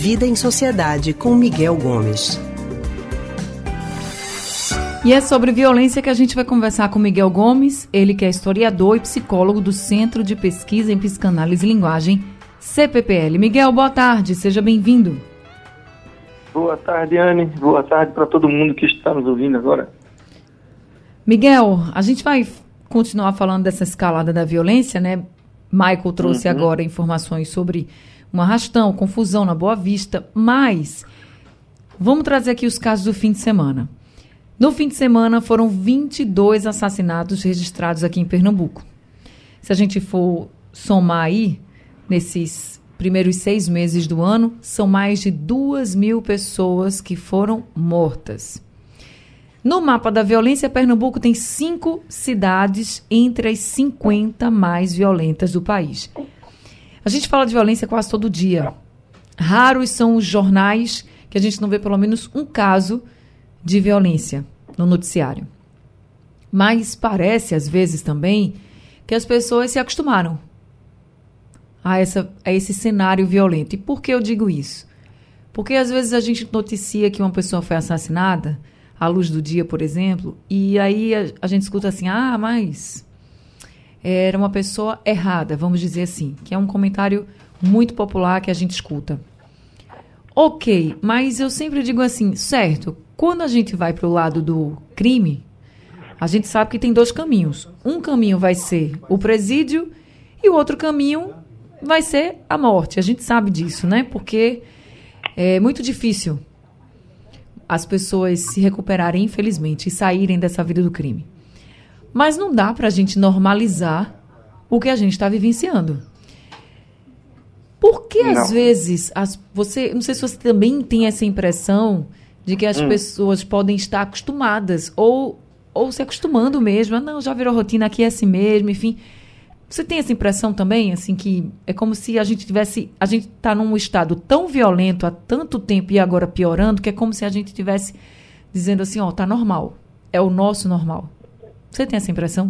Vida em Sociedade com Miguel Gomes. E é sobre violência que a gente vai conversar com Miguel Gomes, ele que é historiador e psicólogo do Centro de Pesquisa em Psicanálise e Linguagem, CPPL. Miguel, boa tarde, seja bem-vindo. Boa tarde, Anne. Boa tarde para todo mundo que está nos ouvindo agora. Miguel, a gente vai continuar falando dessa escalada da violência, né? Michael trouxe agora informações sobre um arrastão, confusão na Boa Vista, mas vamos trazer aqui os casos do fim de semana. No fim de semana foram 22 assassinatos registrados aqui em Pernambuco. Se a gente for somar aí, nesses primeiros 6 meses do ano, são mais de 2.000 pessoas que foram mortas. No mapa da violência, Pernambuco tem 5 cidades entre as 50 mais violentas do país. A gente fala de violência quase todo dia. Raros são os jornais que a gente não vê pelo menos um caso de violência no noticiário. Mas parece, às vezes, também, que as pessoas se acostumaram a esse cenário violento. E por que eu digo isso? Porque, às vezes, a gente noticia que uma pessoa foi assassinada, à luz do dia, por exemplo, e aí a gente escuta assim, mas era uma pessoa errada, vamos dizer assim, que é um comentário muito popular que a gente escuta. Ok, mas eu sempre digo assim, certo, quando a gente vai para o lado do crime, a gente sabe que tem 2 caminhos. Um caminho vai ser o presídio e o outro caminho vai ser a morte. A gente sabe disso, né? Porque é muito difícil as pessoas se recuperarem, infelizmente, e saírem dessa vida do crime. Mas não dá para a gente normalizar o que a gente está vivenciando. Por que, às vezes, não sei se você também tem essa impressão de que as pessoas podem estar acostumadas ou se acostumando mesmo. Não, já virou rotina, aqui é assim mesmo, enfim. Você tem essa impressão também, assim, que é como se a gente está num estado tão violento há tanto tempo e agora piorando, que é como se a gente estivesse dizendo assim, tá normal, é o nosso normal. Você tem essa impressão?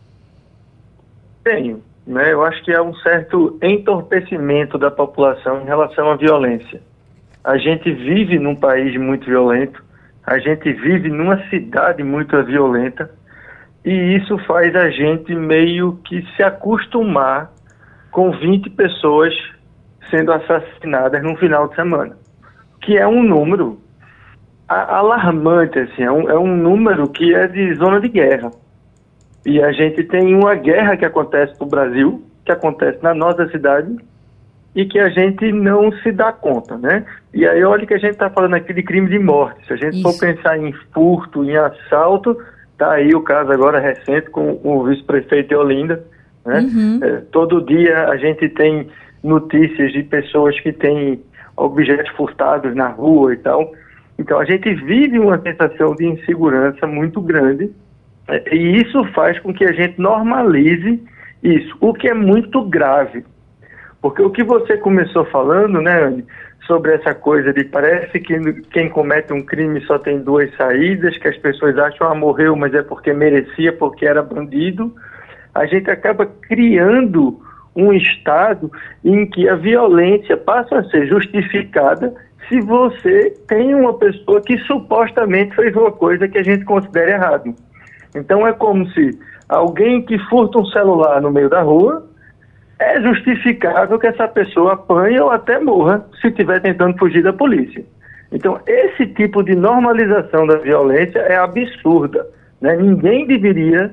Tenho, né? Eu acho que há um certo entorpecimento da população em relação à violência. A gente vive num país muito violento, a gente vive numa cidade muito violenta, e isso faz a gente meio que se acostumar com 20 pessoas sendo assassinadas no final de semana, que é um número alarmante, assim, é um número que é de zona de guerra. E a gente tem uma guerra que acontece no Brasil, que acontece na nossa cidade, e que a gente não se dá conta, né? E aí olha que a gente está falando aqui de crime de morte. Se a gente for pensar em furto, em assalto, tá aí o caso agora recente com o vice-prefeito de Olinda, né? Todo dia a gente tem notícias de pessoas que têm objetos furtados na rua e tal. Então a gente vive uma sensação de insegurança muito grande, e isso faz com que a gente normalize isso, o que é muito grave. Porque o que você começou falando, né, Anne, sobre essa coisa de parece que quem comete um crime só tem 2 saídas, que as pessoas acham, morreu, mas é porque merecia, porque era bandido, a gente acaba criando um estado em que a violência passa a ser justificada se você tem uma pessoa que supostamente fez uma coisa que a gente considera errado. Então é como se alguém que furta um celular no meio da rua, é justificável que essa pessoa apanhe ou até morra se estiver tentando fugir da polícia. Então, esse tipo de normalização da violência é absurda, né? Ninguém deveria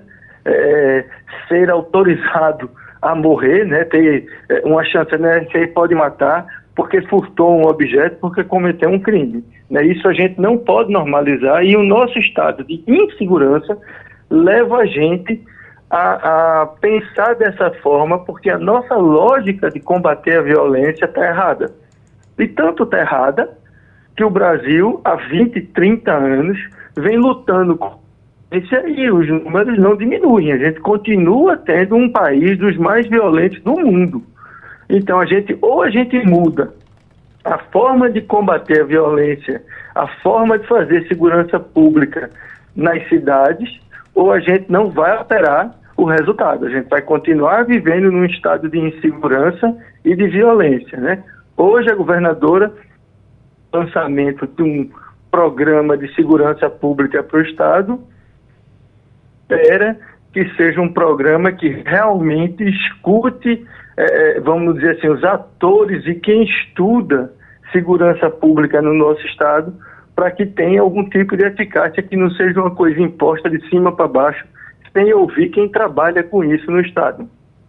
ser autorizado a morrer, né? Ter uma chance, né? Você pode matar porque furtou um objeto, porque cometeu um crime, né? Isso a gente não pode normalizar, e o nosso estado de insegurança leva a gente a pensar dessa forma, porque a nossa lógica de combater a violência está errada. E tanto está errada que o Brasil, há 20, 30 anos, vem lutando com isso e os números não diminuem. A gente continua tendo um país dos mais violentos do mundo. Então, a gente muda a forma de combater a violência, a forma de fazer segurança pública nas cidades, ou a gente não vai alterar o resultado. A gente vai continuar vivendo num estado de insegurança e de violência, né? Hoje a governadora lançamento de um programa de segurança pública para o Estado, espera que seja um programa que realmente escute, vamos dizer assim, os atores e quem estuda segurança pública no nosso Estado, para que tenha algum tipo de eficácia, que não seja uma coisa imposta de cima para baixo, sem ouvir quem trabalha com isso no Estado.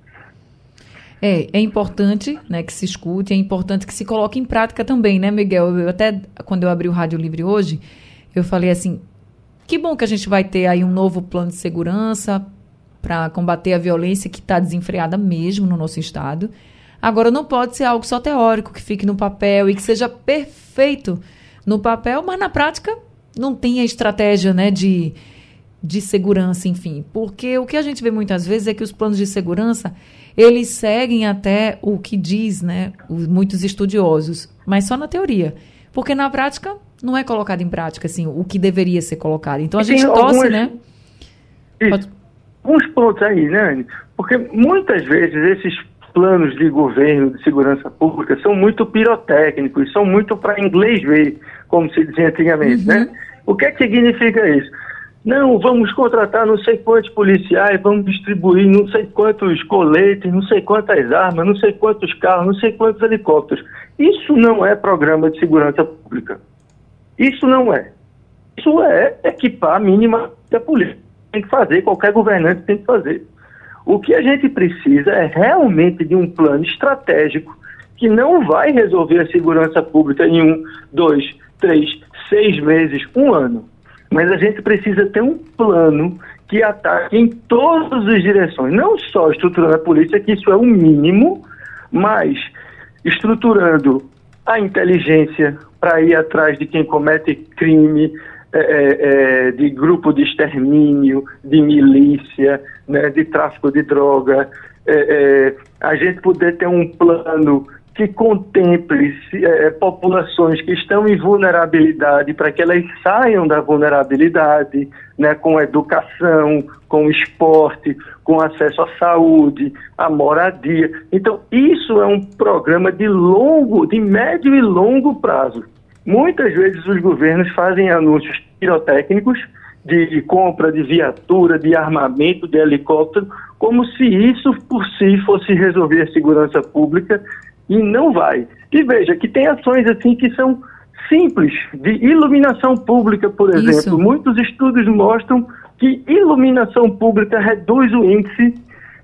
É importante, né, que se escute, é importante que se coloque em prática também, né, Miguel? Eu até, quando eu abri o Rádio Livre hoje, eu falei assim, que bom que a gente vai ter aí um novo plano de segurança para combater a violência que está desenfreada mesmo no nosso Estado. Agora, não pode ser algo só teórico, que fique no papel e que seja perfeito no papel, mas na prática não tem a estratégia, né, de segurança, enfim. Porque o que a gente vê muitas vezes é que os planos de segurança, eles seguem até o que diz, né, muitos estudiosos, mas só na teoria. Porque na prática não é colocado em prática, assim, o que deveria ser colocado. Então a gente torce, né? Alguns pontos aí, né, Anny? Porque muitas vezes esses planos de governo de segurança pública são muito pirotécnicos, são muito para inglês ver, como se dizia antigamente, né? O que é que significa isso? Não, vamos contratar não sei quantos policiais, vamos distribuir não sei quantos coletes, não sei quantas armas, não sei quantos carros, não sei quantos helicópteros. Isso não é programa de segurança pública. Isso não é. Isso é equipar a mínima da polícia. Tem que fazer, qualquer governante tem que fazer. O que a gente precisa é realmente de um plano estratégico que não vai resolver a segurança pública em 1, 2, 3, 6 meses, 1 ano. Mas a gente precisa ter um plano que ataque em todas as direções, não só estruturando a polícia, que isso é o mínimo, mas estruturando a inteligência para ir atrás de quem comete crime, de grupo de extermínio, de milícia, né, de tráfico de droga, a gente poder ter um plano que contemple populações que estão em vulnerabilidade para que elas saiam da vulnerabilidade, né, com educação, com esporte, com acesso à saúde, à moradia. Então, isso é um programa de médio e longo prazo. Muitas vezes os governos fazem anúncios pirotécnicos de compra de viatura, de armamento, de helicóptero, como se isso por si fosse resolver a segurança pública, e não vai. E veja que tem ações assim que são simples, de iluminação pública, por exemplo. Isso. Muitos estudos mostram que iluminação pública reduz o índice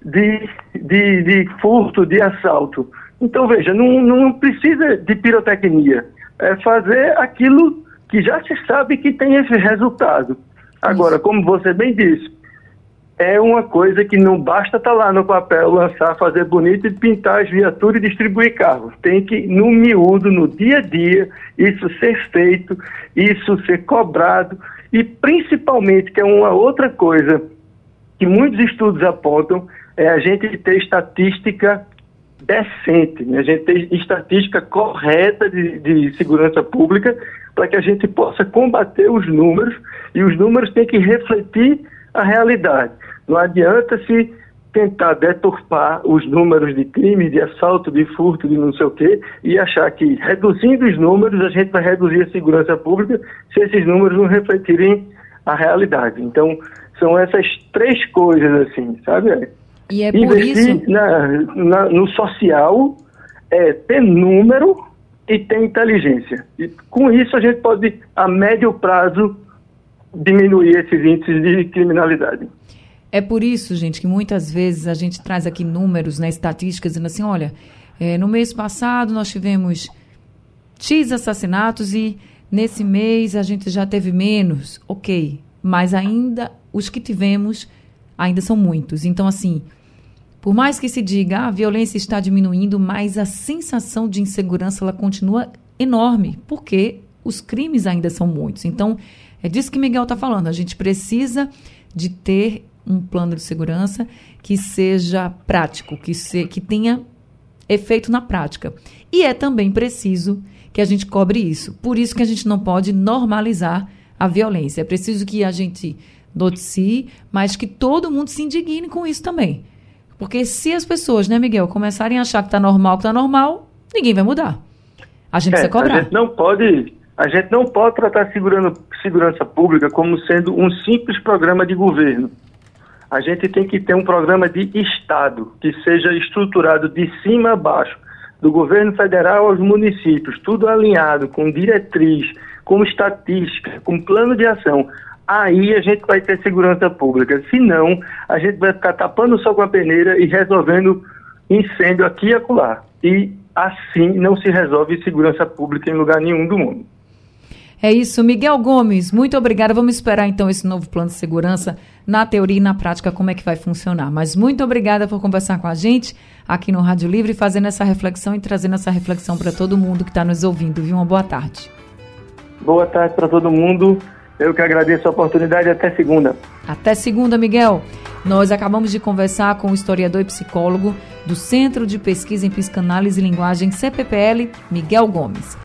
de furto, de assalto. Então, veja, não precisa de pirotecnia. É fazer aquilo que já se sabe que tem esse resultado. Agora, como você bem disse, é uma coisa que não basta estar lá no papel, lançar, fazer bonito e pintar as viaturas e distribuir carros. Tem que, no miúdo, no dia a dia, isso ser feito, isso ser cobrado e, principalmente, que é uma outra coisa que muitos estudos apontam, é a gente ter estatística decente, né? A gente ter estatística correta de segurança pública para que a gente possa combater os números, e os números têm que refletir a realidade. Não adianta se tentar deturpar os números de crime, de assalto, de furto, de não sei o quê, e achar que reduzindo os números a gente vai reduzir a segurança pública se esses números não refletirem a realidade. Então, são essas 3 coisas, assim, sabe? E é por isso... Investir no social, ter número e ter inteligência. E com isso a gente pode, a médio prazo, diminuir esses índices de criminalidade. É por isso, gente, que muitas vezes a gente traz aqui números, né, estatísticas, dizendo assim, olha, no mês passado nós tivemos X assassinatos e nesse mês a gente já teve menos. Ok, mas ainda os que tivemos ainda são muitos. Então, assim, por mais que se diga a violência está diminuindo, mas a sensação de insegurança ela continua enorme, porque os crimes ainda são muitos. Então, é disso que Miguel está falando. A gente precisa de ter um plano de segurança que seja prático, que tenha efeito na prática. E é também preciso que a gente cobre isso. Por isso que a gente não pode normalizar a violência. É preciso que a gente noticie, mas que todo mundo se indigne com isso também. Porque se as pessoas, né, Miguel, começarem a achar que está normal, ninguém vai mudar. A gente precisa cobrar. A gente não pode tratar segurança pública como sendo um simples programa de governo. A gente tem que ter um programa de Estado, que seja estruturado de cima a baixo, do governo federal aos municípios, tudo alinhado, com diretriz, com estatística, com plano de ação. Aí a gente vai ter segurança pública. Senão, a gente vai ficar tapando o sol com a peneira e resolvendo incêndio aqui e acolá. E assim não se resolve segurança pública em lugar nenhum do mundo. É isso. Miguel Gomes, muito obrigada. Vamos esperar então esse novo plano de segurança na teoria e na prática, como é que vai funcionar. Mas muito obrigada por conversar com a gente aqui no Rádio Livre, fazendo essa reflexão e trazendo essa reflexão para todo mundo que está nos ouvindo. Viu? Uma boa tarde. Boa tarde para todo mundo. Eu que agradeço a oportunidade. Até segunda. Até segunda, Miguel. Nós acabamos de conversar com o historiador e psicólogo do Centro de Pesquisa em Psicanálise e Linguagem, CPPL, Miguel Gomes.